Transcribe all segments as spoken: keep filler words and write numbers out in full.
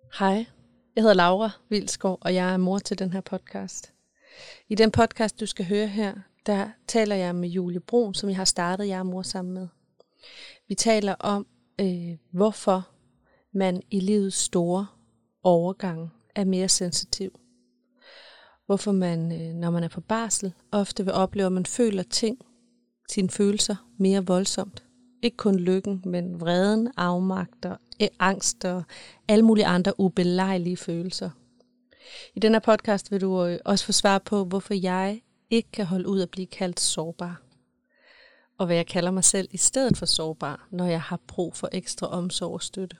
Hej, jeg hedder Laura Vilsgaard, og jeg er mor til den her podcast. I den podcast, du skal høre her, der taler jeg med Julie Brun, som jeg har startet Jeg er mor sammen med. Vi taler om, øh, hvorfor man i livets store overgang er mere sensitiv. Hvorfor man, øh, når man er på barsel, ofte vil opleve, at man føler ting, sine følelser, mere voldsomt. Ikke kun lykken, men vreden, afmagt og angst og alle mulige andre ubelejlige følelser. I denne podcast vil du også få svar på, hvorfor jeg ikke kan holde ud at blive kaldt sårbar. Og hvad jeg kalder mig selv i stedet for sårbar, når jeg har brug for ekstra omsorg og støtte.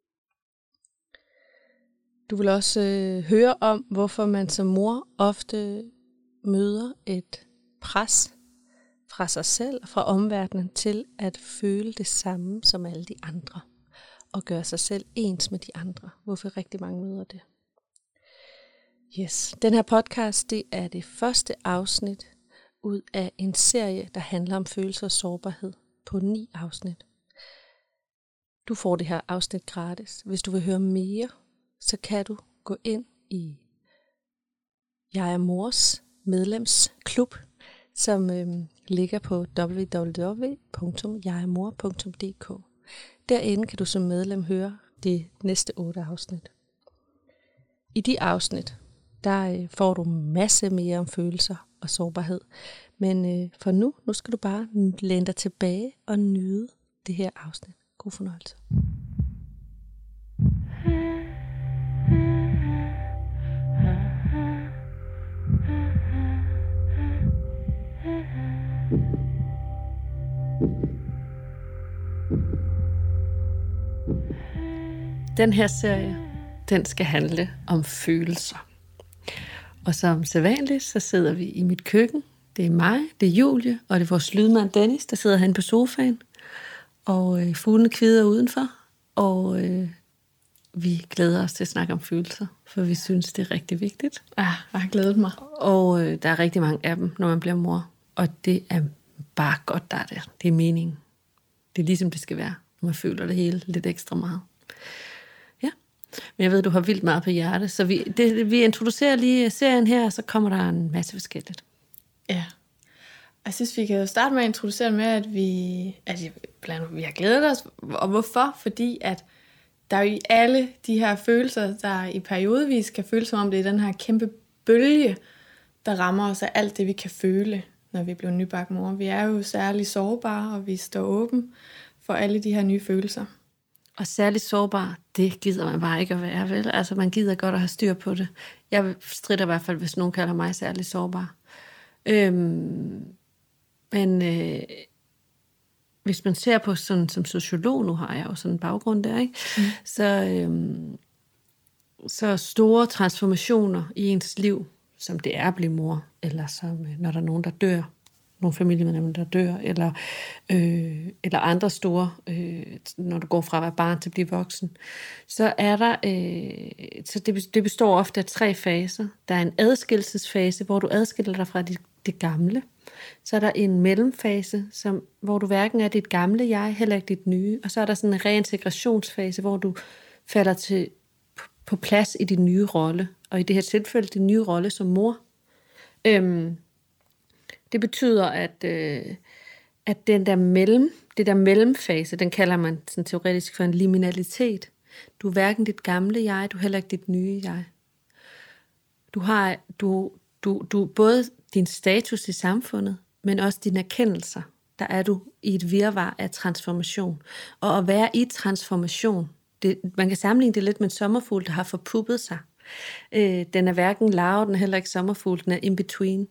Du vil også øh, høre om, hvorfor man som mor ofte møder et pres fra sig selv og fra omverdenen til at føle det samme som alle de andre. Og gøre sig selv ens med de andre. Hvorfor rigtig mange møder det. Yes. Den her podcast, det er det første afsnit ud af en serie, der handler om følelser og sårbarhed på ni afsnit. Du får det her afsnit gratis. Hvis du vil høre mere, så kan du gå ind i Jeg er mors medlemsklub, som øhm, ligger på w w w punktum jeg er mor punktum d k. Derinde kan du som medlem høre de næste otte afsnit. I de afsnit, der får du masse mere om følelser og sårbarhed. Men for nu, nu skal du bare læne dig tilbage og nyde det her afsnit. God fornøjelse. Den her serie, den skal handle om følelser. Og som sædvanligt, så sidder vi i mit køkken. Det er mig, det er Julie, og det er vores lydmand Dennis, der sidder herinde på sofaen. Og øh, fuglene kvider udenfor, og øh, vi glæder os til at snakke om følelser, for vi synes, det er rigtig vigtigt. Ja, jeg har glædet mig. Og øh, der er rigtig mange af dem, når man bliver mor. Og det er bare godt, der er det. Det er meningen. Det er ligesom det skal være, når man føler det hele lidt ekstra meget. Men jeg ved, du har vildt meget på hjerte, så vi, det, vi introducerer lige serien her, og så kommer der en masse forskelligt. Ja. Jeg synes, vi kan starte med at introducere med, at vi, at vi har glædet os. Og hvorfor? Fordi at der er jo i alle de her følelser, der i periodevis kan føles som om det er den her kæmpe bølge, der rammer os af alt det, vi kan føle, når vi bliver nybagt mor. Vi er jo særlig sårbare, og vi står åben for alle de her nye følelser. Og særligt sårbar, det gider man bare ikke at være, vel? Altså, man gider godt at have styr på det. Jeg stritter i hvert fald, hvis nogen kalder mig særligt sårbar. Øhm, men øh, hvis man ser på sådan som sociolog, nu har jeg jo sådan en baggrund der, ikke? Mm. Så, øhm, så store transformationer i ens liv, som det er at blive mor, eller som når der er nogen, der dør, nogle familiemedlemmer, der dør, eller, øh, eller andre store, øh, når du går fra at være barn til at blive voksen, så er der, øh, så det, det består ofte af tre faser. Der er en adskillelsesfase, hvor du adskiller dig fra det, det gamle. Så er der en mellemfase, som, hvor du hverken er dit gamle jeg, heller ikke dit nye. Og så er der sådan en reintegrationsfase, hvor du falder til, på plads i din nye rolle. Og i det her tilfælde, din nye rolle som mor. Øhm, Det betyder, at, øh, at den der mellem, det der mellemfase, den kalder man sådan teoretisk for en liminalitet. Du er hverken dit gamle jeg, du er heller ikke dit nye jeg. Du har du, du, du, både din status i samfundet, men også dine erkendelser. Der er du i et virvar af transformation. Og at være i transformation, det, man kan sammenligne det lidt med en sommerfugl, der har forpuppet sig. Øh, den er hverken larve, den er heller ikke sommerfugl, den er in between.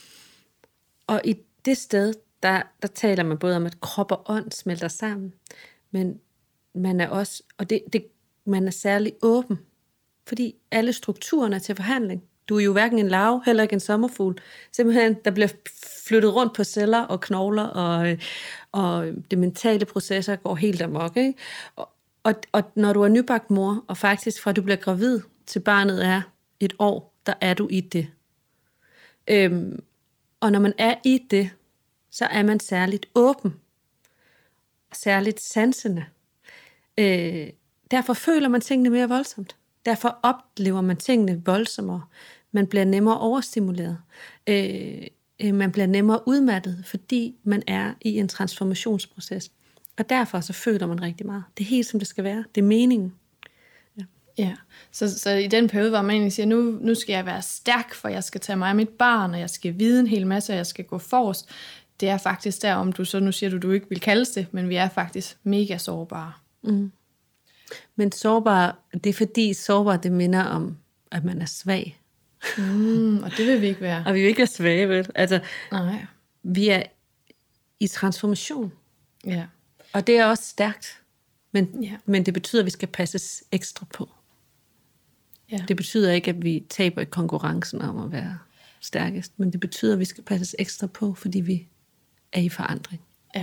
Og i det sted, der, der taler man både om, at krop og ånd smelter sammen, men man er også, og det, det, man er særlig åben, fordi alle strukturerne er til forhandling. Du er jo hverken en larve, heller ikke en sommerfugl. Simpelthen, der bliver flyttet rundt på celler og knogler, og, og det mentale processer går helt amok, ikke? Og, og, og når du er nybagt mor, og faktisk fra du bliver gravid, til barnet er et år, der er du i det. Øhm, Og når man er i det, så er man særligt åben. Særligt sansende. Øh, derfor føler man tingene mere voldsomt. Derfor oplever man tingene voldsommere. Man bliver nemmere overstimuleret. Øh, øh, man bliver nemmere udmattet, fordi man er i en transformationsproces. Og derfor så føler man rigtig meget. Det er helt som det skal være. Det er meningen. Ja, ja. Så, så i den periode, hvor man egentlig siger, nu, nu skal jeg være stærk, for jeg skal tage mig af mit barn, og jeg skal vide en hel masse, og jeg skal gå forrest. Det er faktisk der, om du så nu siger, du, du ikke vil kaldes det, men vi er faktisk mega sårbare. Mm. Men sårbar, det er fordi sårbar, det minder om, at man er svag. Mm, og det vil vi ikke være. Og vi vil ikke være svage, vel? Altså, nej. Vi er i transformation. Ja. Og det er også stærkt. Men, ja. men det betyder, at vi skal passes ekstra på. Ja. Det betyder ikke, at vi taber i konkurrencen om at være stærkest. Men det betyder, at vi skal passes ekstra på, fordi vi er i forandring. Ja.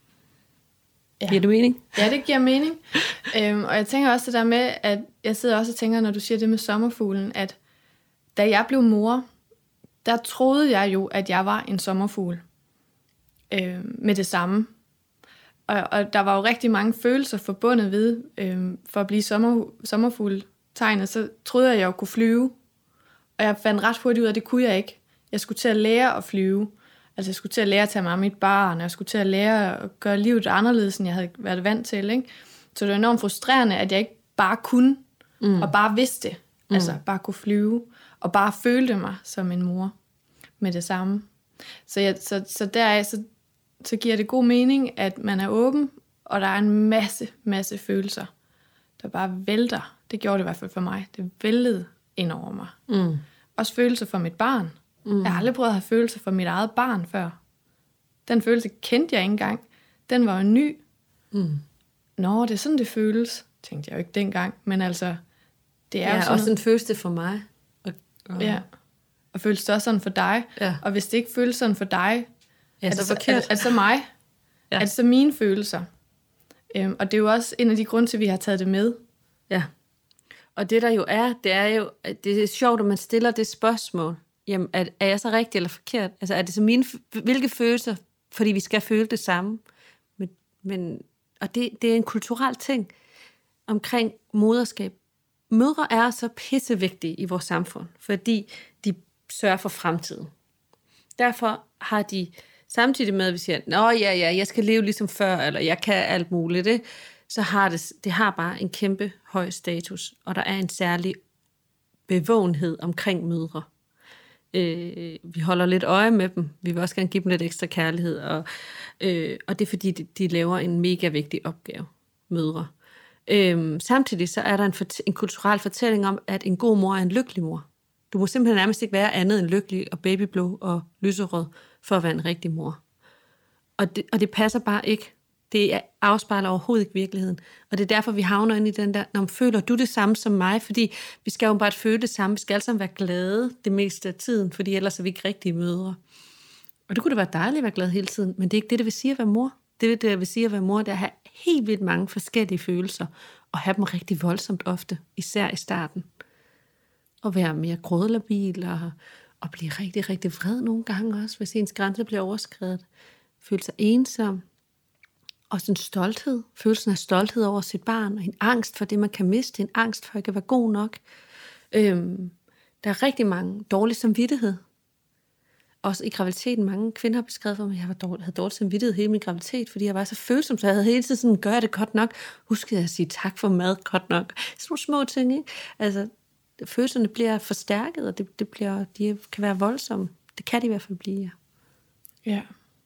Ja. Giver det mening? Ja, det giver mening. øhm, og jeg tænker også det der med, at jeg sidder også og tænker, når du siger det med sommerfuglen, at da jeg blev mor, der troede jeg jo, at jeg var en sommerfugl. Øh, med det samme. Og, og der var jo rigtig mange følelser forbundet ved, øh, for at blive sommer, sommerfugletegnet, så troede jeg, at jeg kunne flyve. Og jeg fandt ret hurtigt ud af, at det kunne jeg ikke. Jeg skulle til at lære at flyve. Altså jeg skulle til at lære at tage mig af mit barn, og jeg skulle til at lære at gøre livet anderledes, end jeg havde været vant til. Ikke? Så det var enormt frustrerende, at jeg ikke bare kunne, mm. og bare vidste, mm. altså bare kunne flyve, og bare følte mig som en mor med det samme. Så, jeg, så, så deraf, så, så giver det god mening, at man er åben, og der er en masse, masse følelser, der bare vælter. Det gjorde det i hvert fald for mig. Det væltede ind over mig. Mm. Også følelser for mit barn. Mm. Jeg har aldrig prøvet at have følelser for mit eget barn før. Den følelse kendte jeg ikke engang. Den var jo ny. Mm. Nå, det er sådan, det føles. Tænkte jeg jo ikke dengang. Men altså, det er ja, jo sådan også sådan føles det for mig. Og, og... Ja, og føles det også sådan for dig. Ja. Og hvis det ikke føles sådan for dig, ja, er, så det så, er, er det så mig? Ja. Er det så mine følelser? Øhm, og det er jo også en af de grunde til, at vi har taget det med. Ja. Og det der jo er, det er jo, det er sjovt, at man stiller det spørgsmål. Jamen, er, er jeg så rigtig eller forkert? Altså, er det så mine, hvilke følelser? Fordi vi skal føle det samme. Men, men, og det, det er en kulturel ting omkring moderskab. Mødre er så pissevigtige i vores samfund, fordi de sørger for fremtiden. Derfor har de, samtidig med, at vi siger, nå ja, ja, jeg skal leve ligesom før, eller jeg kan alt muligt, det, så har det, det har bare en kæmpe høj status, og der er en særlig bevågenhed omkring mødre. Øh, vi holder lidt øje med dem. Vi vil også gerne give dem lidt ekstra kærlighed. Og, øh, og det er fordi, de, de laver en mega vigtig opgave, mødre. Øh, samtidig så er der en, fort- en kulturel fortælling om, at en god mor er en lykkelig mor. Du må simpelthen nærmest ikke være andet end lykkelig og babyblå og lyserød for at være en rigtig mor. Og det, og det passer bare ikke. Det afspejler overhovedet ikke virkeligheden. Og det er derfor, vi havner ind i den der, når man føler du det samme som mig, fordi vi skal jo bare føle det samme. Vi skal alle sammen være glade det meste af tiden, fordi ellers er vi ikke rigtige mødre. Og det kunne da være dejligt at være glad hele tiden, men det er ikke det, det vil sige at være mor. Det er det, det vil sige at være mor, det er at have helt vildt mange forskellige følelser, og have dem rigtig voldsomt ofte, især i starten. Og være mere grådlabil, og, og blive rigtig, rigtig vred nogle gange også, hvis ens grænse bliver overskredet. Føle sig ensom. Og sådan en stolthed, følelsen af stolthed over sit barn, og en angst for det, man kan miste, en angst for at ikke være god nok. Øhm, der er rigtig mange dårlig samvittighed. Også i graviditeten, mange kvinder har beskrevet for mig, at jeg var dårlig, havde dårlig samvittighed hele min graviditet, fordi jeg var så følsom, så jeg havde hele tiden sådan, gør jeg det godt nok? Huskede jeg at sige tak for mad godt nok? Sådan nogle små ting, ikke? Altså, følelserne bliver forstærket, og det, det bliver, de kan være voldsomme. Det kan de i hvert fald blive, ja. Ja.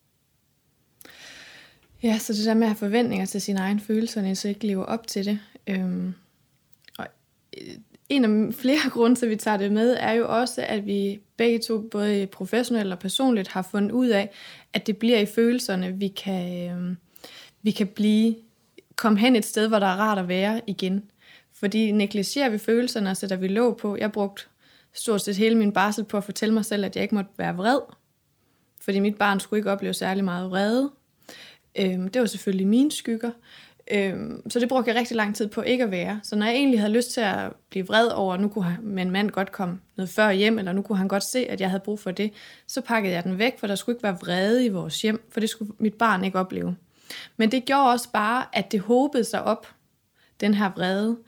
Ja, så det der med at have forventninger til sine egne følelser, så ikke lever op til det. Øhm, og en af flere grunde til, at vi tager det med, er jo også, at vi begge to, både professionelt og personligt, har fundet ud af, at det bliver i følelserne, vi kan, øhm, vi kan blive, komme hen et sted, hvor der er rart at være igen. Fordi negligerer vi følelserne, og sætter vi låg på. Jeg brugte stort set hele min barsel på at fortælle mig selv, at jeg ikke måtte være vred. Fordi mit barn skulle ikke opleve særlig meget vrede. Øhm, det var selvfølgelig mine skygger. Øhm, så det brugte jeg rigtig lang tid på ikke at være. Så når jeg egentlig havde lyst til at blive vred over, at nu kunne min mand godt komme noget før hjem, eller nu kunne han godt se, at jeg havde brug for det, så pakkede jeg den væk, for der skulle ikke være vrede i vores hjem, for det skulle mit barn ikke opleve. Men det gjorde også bare, at det hobede sig op, den her vrede.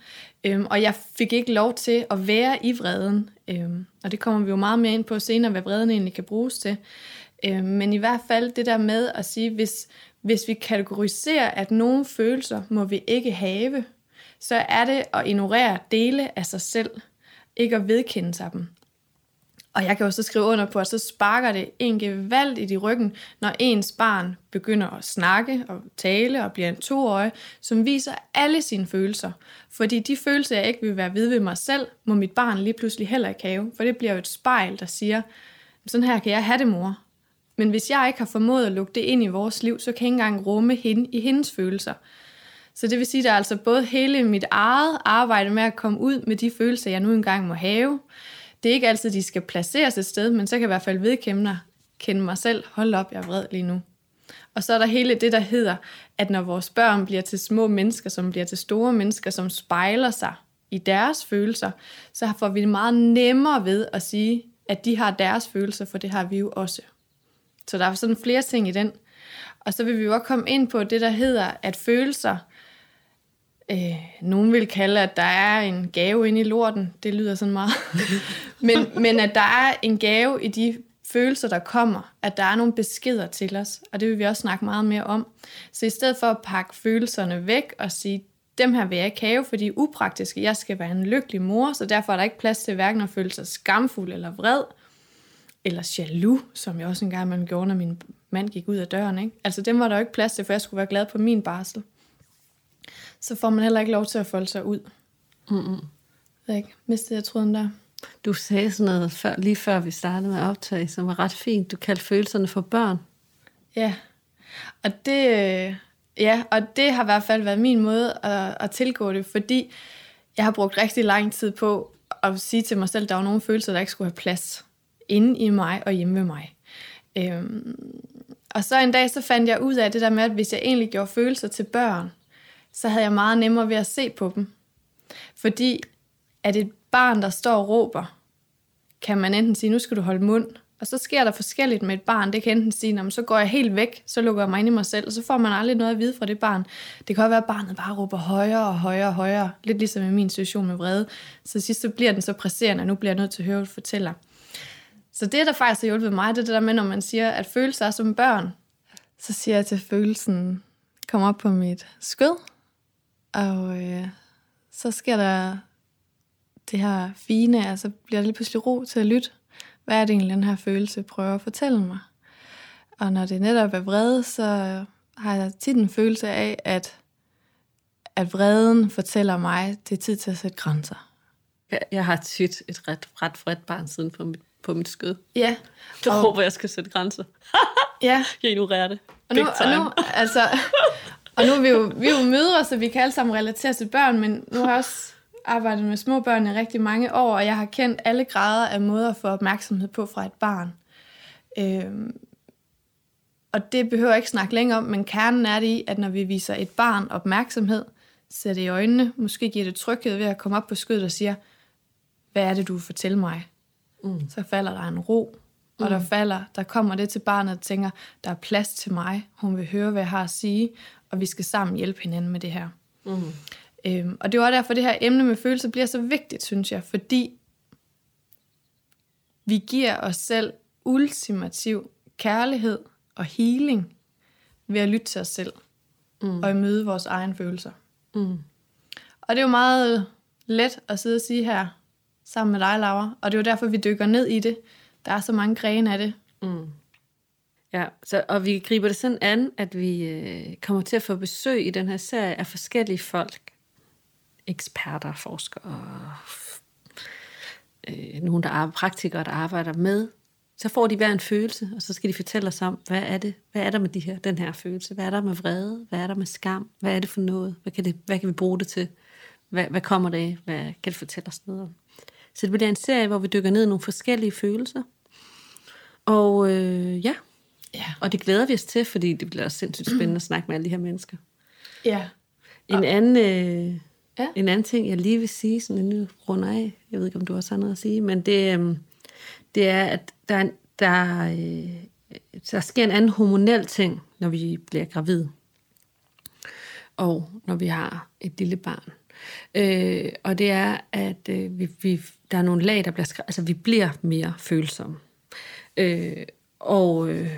Øhm, og jeg fik ikke lov til at være i vreden. Øhm, og det kommer vi jo meget mere ind på senere, hvad vreden egentlig kan bruges til. Øhm, men i hvert fald det der med at sige, hvis, hvis vi kategoriserer, at nogle følelser må vi ikke have, så er det at ignorere dele af sig selv, ikke at vedkende sig dem. Og jeg kan jo så skrive under på, at så sparker det en gevaldigt i ryggen, når ens barn begynder at snakke og tale og bliver en toårig, som viser alle sine følelser. Fordi de følelser, jeg ikke vil være ved ved mig selv, må mit barn lige pludselig heller ikke have. For det bliver jo et spejl, der siger, sådan her kan jeg have det, mor. Men hvis jeg ikke har formået at lukke det ind i vores liv, så kan jeg ikke engang rumme hende i hendes følelser. Så det vil sige, at der er altså både hele mit eget arbejde med at komme ud med de følelser, jeg nu engang må have. Det er ikke altid, de skal placeres et sted, men så kan jeg i hvert fald vedkende kende mig selv. Hold op, jeg er vred lige nu. Og så er der hele det, der hedder, at når vores børn bliver til små mennesker, som bliver til store mennesker, som spejler sig i deres følelser, så får vi det meget nemmere ved at sige, at de har deres følelser, for det har vi jo også. Så der er sådan flere ting i den. Og så vil vi jo også komme ind på det, der hedder, at følelser, øh, nogen vil kalde, at der er en gave inde i lorten. Det lyder sådan meget. men, men at der er en gave i de følelser, der kommer. At der er nogle beskeder til os. Og det vil vi også snakke meget mere om. Så i stedet for at pakke følelserne væk og sige, dem her vil jeg ikke have, for de er upraktiske. Jeg skal være en lykkelig mor, så derfor er der ikke plads til hverken at føle sig skamfuld eller vred. Eller jaloux, som jeg også engang man gjorde, når min mand gik ud af døren. Ikke? Altså dem var der jo ikke plads til, for jeg skulle være glad på min barsel. Så får man heller ikke lov til at folde sig ud. Mm-mm. Jeg ikke mistede jeg tråden der. Du sagde sådan noget før, lige før vi startede med at optage, som var ret fint. Du kaldte følelserne for børn. Ja, og det, ja, og det har i hvert fald været min måde at, at tilgå det, fordi jeg har brugt rigtig lang tid på at sige til mig selv, at der var nogle følelser, der ikke skulle have plads inde i mig og hjemme ved mig. Øhm, og så en dag, så fandt jeg ud af det der med, at hvis jeg egentlig gjorde følelser til børn, så havde jeg meget nemmere ved at se på dem. Fordi at et barn, der står og råber, kan man enten sige, nu skal du holde mund, og så sker der forskelligt med et barn. Det kan enten sige, så går jeg helt væk, så lukker jeg mig ind i mig selv, og så får man aldrig noget at vide fra det barn. Det kan også være, at barnet bare råber højere og højere og højere, lidt ligesom i min situation med vrede. Så sidst så bliver den så presserende, og nu bliver jeg nødt til at høre, hvad du fortæller. Så det, der faktisk har hjulpet mig, det er det der med, når man siger, at følelser er som børn. Så siger jeg til følelsen, kom op på mit skød, og øh, så sker der det her fine, altså bliver der lige pludselig ro til at lytte. Hvad er det egentlig, den her følelse prøver at fortælle mig? Og når det netop er vrede, så har jeg tit en følelse af, at, at vreden fortæller mig, det er tid til at sætte grænser. Jeg, jeg har tit et ret, ret vredt barn siden på mit, på mit skød. Ja. Du og, håber, jeg skal sætte grænser. Ja. Jeg ignorerer det. Og nu, og nu, altså, og nu er vi jo, vi er jo mødre, så vi kan alle sammen relatere til børn, men nu har jeg også arbejdet med små børn i rigtig mange år, og jeg har kendt alle grader af måder at få opmærksomhed på fra et barn. Øhm, og det behøver jeg ikke snakke længere om, men kernen er det i, at når vi viser et barn opmærksomhed, ser det i øjnene, måske giver det tryghed ved at komme op på skødet og siger, hvad er det, du vil fortælle mig? Mm. Så falder der en ro, og mm. der falder, der kommer det til barnet og tænker, der er plads til mig, hun vil høre, hvad jeg har at sige, og vi skal sammen hjælpe hinanden med det her. Mm. Øhm, og det var derfor, det her emne med følelser bliver så vigtigt, synes jeg, fordi vi giver os selv ultimativ kærlighed og healing ved at lytte til os selv mm. og møde vores egne følelser. Mm. Og det er jo meget let at sidde og sige her sammen med dig, Laura, og det er jo derfor, vi dykker ned i det. Der er så mange grene af det. Mm. Ja, så, og vi griber det sådan an, at vi øh, kommer til at få besøg i den her serie af forskellige folk. Eksperter, forskere, øh, nogen, der er praktikere, der arbejder med. Så får de hver en følelse, og så skal de fortælle os om, hvad er det? Hvad er der med de her, den her følelse? Hvad er der med vrede? Hvad er der med skam? Hvad er det for noget? Hvad kan, det, hvad kan vi bruge det til? Hvad, hvad kommer det af? Hvad kan det fortælle os noget om? Så det bliver en serie, hvor vi dykker ned i nogle forskellige følelser. Og øh, ja. ja, og det glæder vi os til, fordi det bliver også sindssygt spændende at snakke med alle de her mennesker. Ja. En anden... Øh, Ja. En anden ting, jeg lige vil sige, sådan en runder af, jeg ved ikke, om du også har noget at sige, men det, øh, det er, at der, er, der, øh, der sker en anden hormonel ting, når vi bliver gravid, og når vi har et lille barn. Øh, og det er, at øh, vi, vi, der er nogle lag, der bliver skrevet, altså vi bliver mere følsomme. Øh, og øh,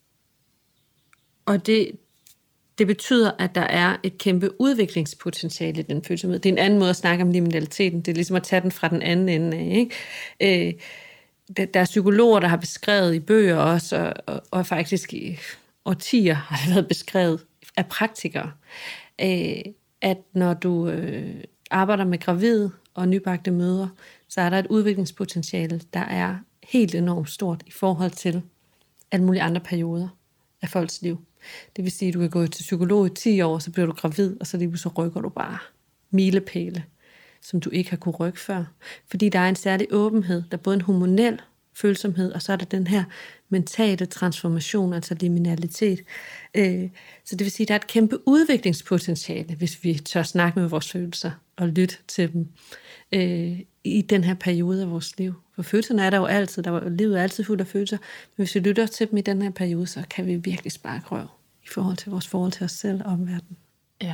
og det, det betyder, at der er et kæmpe udviklingspotentiale i den følsomhed. Det er en anden måde at snakke om liminaliteten. Det er ligesom at tage den fra den anden ende af, ikke? Øh, der, der er psykologer, der har beskrevet i bøger også, og, og, og faktisk i årtier har det været beskrevet af praktikere, øh, at når du øh, arbejder med gravide og nybagte mødre, så er der et udviklingspotentiale, der er helt enormt stort i forhold til alle mulige andre perioder af folks liv. Det vil sige, at du kan gå til psykolog i ti år, så bliver du gravid, og så lige så rykker du bare milepæle, som du ikke har kunne rykke før. Fordi der er en særlig åbenhed, der er både en hormonel følsomhed, og så er der den her mentale transformation, altså liminalitet. Øh, så det vil sige, at der er et kæmpe udviklingspotentiale, hvis vi tør snakke med vores følelser og lytte til dem øh, i den her periode af vores liv. For følelserne er der jo altid, der var, livet er altid fuld af følelser, men hvis vi lytter til dem i den her periode, så kan vi virkelig spare røv i forhold til vores forhold til os selv og omverdenen. Ja.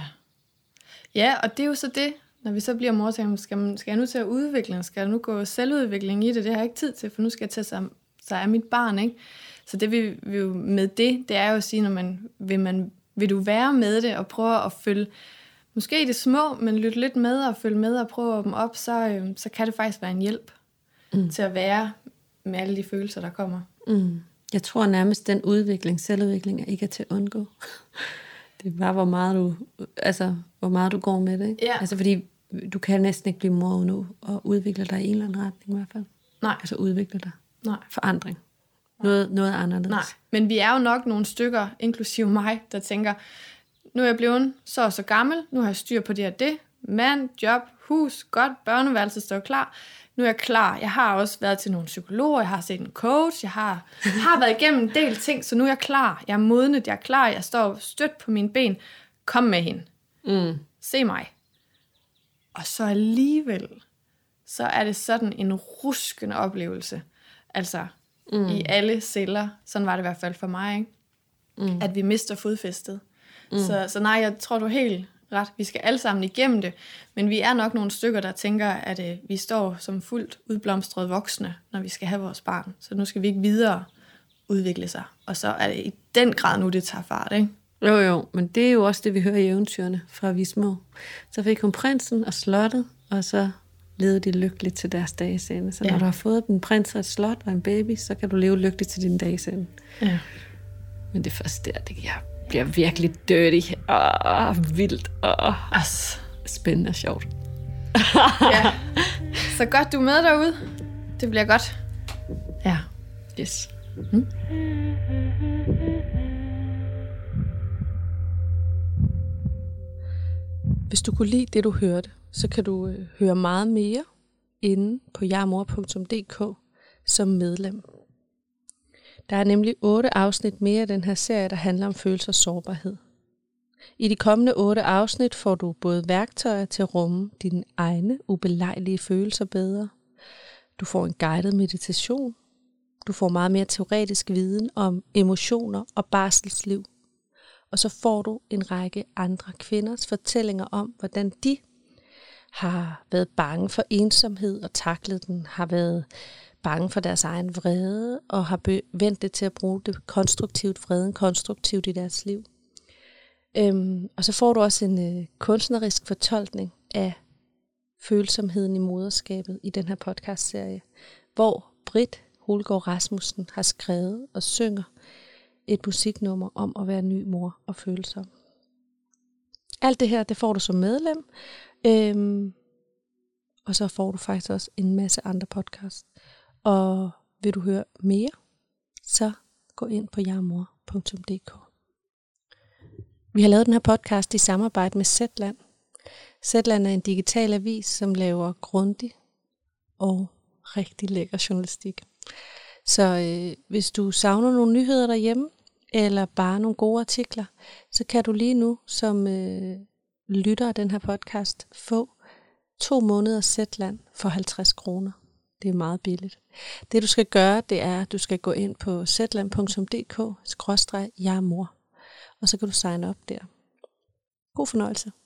Ja, og det er jo så det, når vi så bliver mor, så skal, man, skal jeg nu til at udvikle, skal jeg nu gå selvudvikling i det, det har jeg ikke tid til, for nu skal jeg tage sig, sig af mit barn, ikke? Så det vi, vi jo med det, det er jo at sige, når man vil, man, vil du være med det, og prøve at følge, måske i det små, men lytte lidt med, og følge med, og prøve at åbne op, så, øh, så kan det faktisk være en hjælp mm. til at være med alle de følelser, der kommer. Mm. Jeg tror nærmest, den udvikling, selvudvikling, er ikke er til at undgå. Det er bare, hvor meget du, altså, hvor meget du går med det. Ikke? Ja. Altså, fordi du kan næsten ikke blive mor nu, og udvikle dig i en eller anden retning i hvert fald. Nej. Altså udvikle dig. Nej. Forandring. Noget, noget anderledes. Nej, men vi er jo nok nogle stykker, inklusive mig, der tænker, nu er jeg blevet så og så gammel, nu har jeg styr på det og det, mand, job, hus, godt, børneværelse står klar, nu er jeg klar. Jeg har også været til nogle psykologer, jeg har set en coach, jeg har, har været igennem en del ting, så nu er jeg klar. Jeg er modnet, jeg er klar, jeg står stødt på mine ben. Kom med hende. Mm. Se mig. Og så alligevel, så er det sådan en ruskende oplevelse. Altså, mm. i alle celler, sådan var det i hvert fald for mig, ikke? Mm. At vi mister fodfæstet. Mm. Så, så nej, jeg tror, du er helt ret. Vi skal alle sammen igennem det, men vi er nok nogle stykker, der tænker, at øh, vi står som fuldt udblomstrede voksne, når vi skal have vores barn. Så nu skal vi ikke videre udvikle sig. Og så er det i den grad nu, det tager fart, ikke? Jo, jo, men det er jo også det, vi hører i eventyrene fra vi små. Så fik hun prinsen og slottet, og så levede de lykkeligt til deres dages ende. Så når ja. du har fået en prins og et slot og en baby, så kan du leve lykkeligt til din dages ende. Ja. Men det første der, det jeg bliver virkelig dirty og vildt og spændende og sjovt. Ja. Så godt, du er med derude. Det bliver godt. Ja. Yes. Mm. Hvis du kunne lide det, du hørte, så kan du øh, høre meget mere inde på jarmor punktum d k som medlem. Der er nemlig otte afsnit mere af den her serie, der handler om følelser og sårbarhed. I de kommende otte afsnit får du både værktøjer til at rumme dine egne ubelejlige følelser bedre. Du får en guided meditation. Du får meget mere teoretisk viden om emotioner og barselsliv. Og så får du en række andre kvinders fortællinger om, hvordan de har været bange for ensomhed og taklet den, har været bange for deres egen vrede og har vendt det til at bruge det konstruktivt, vreden konstruktivt i deres liv. Øhm, og så får du også en øh, kunstnerisk fortolkning af følsomheden i moderskabet i den her podcastserie, hvor Britt Holgaard Rasmussen har skrevet og synger et musiknummer om at være ny mor og følsom. Alt det her, det får du som medlem, øhm, og så får du faktisk også en masse andre podcasts. Og vil du høre mere, så gå ind på jarmor punktum d k. Vi har lavet den her podcast i samarbejde med Zetland. Zetland er en digital avis, som laver grundig og rigtig lækker journalistik. Så øh, hvis du savner nogle nyheder derhjemme, eller bare nogle gode artikler, så kan du lige nu som øh, lytter af den her podcast få to måneder Zetland for halvtreds kroner. Det er meget billigt. Det du skal gøre, det er, at du skal gå ind på zetland punktum d k skråstreg jarmor, og så kan du signe op der. God fornøjelse.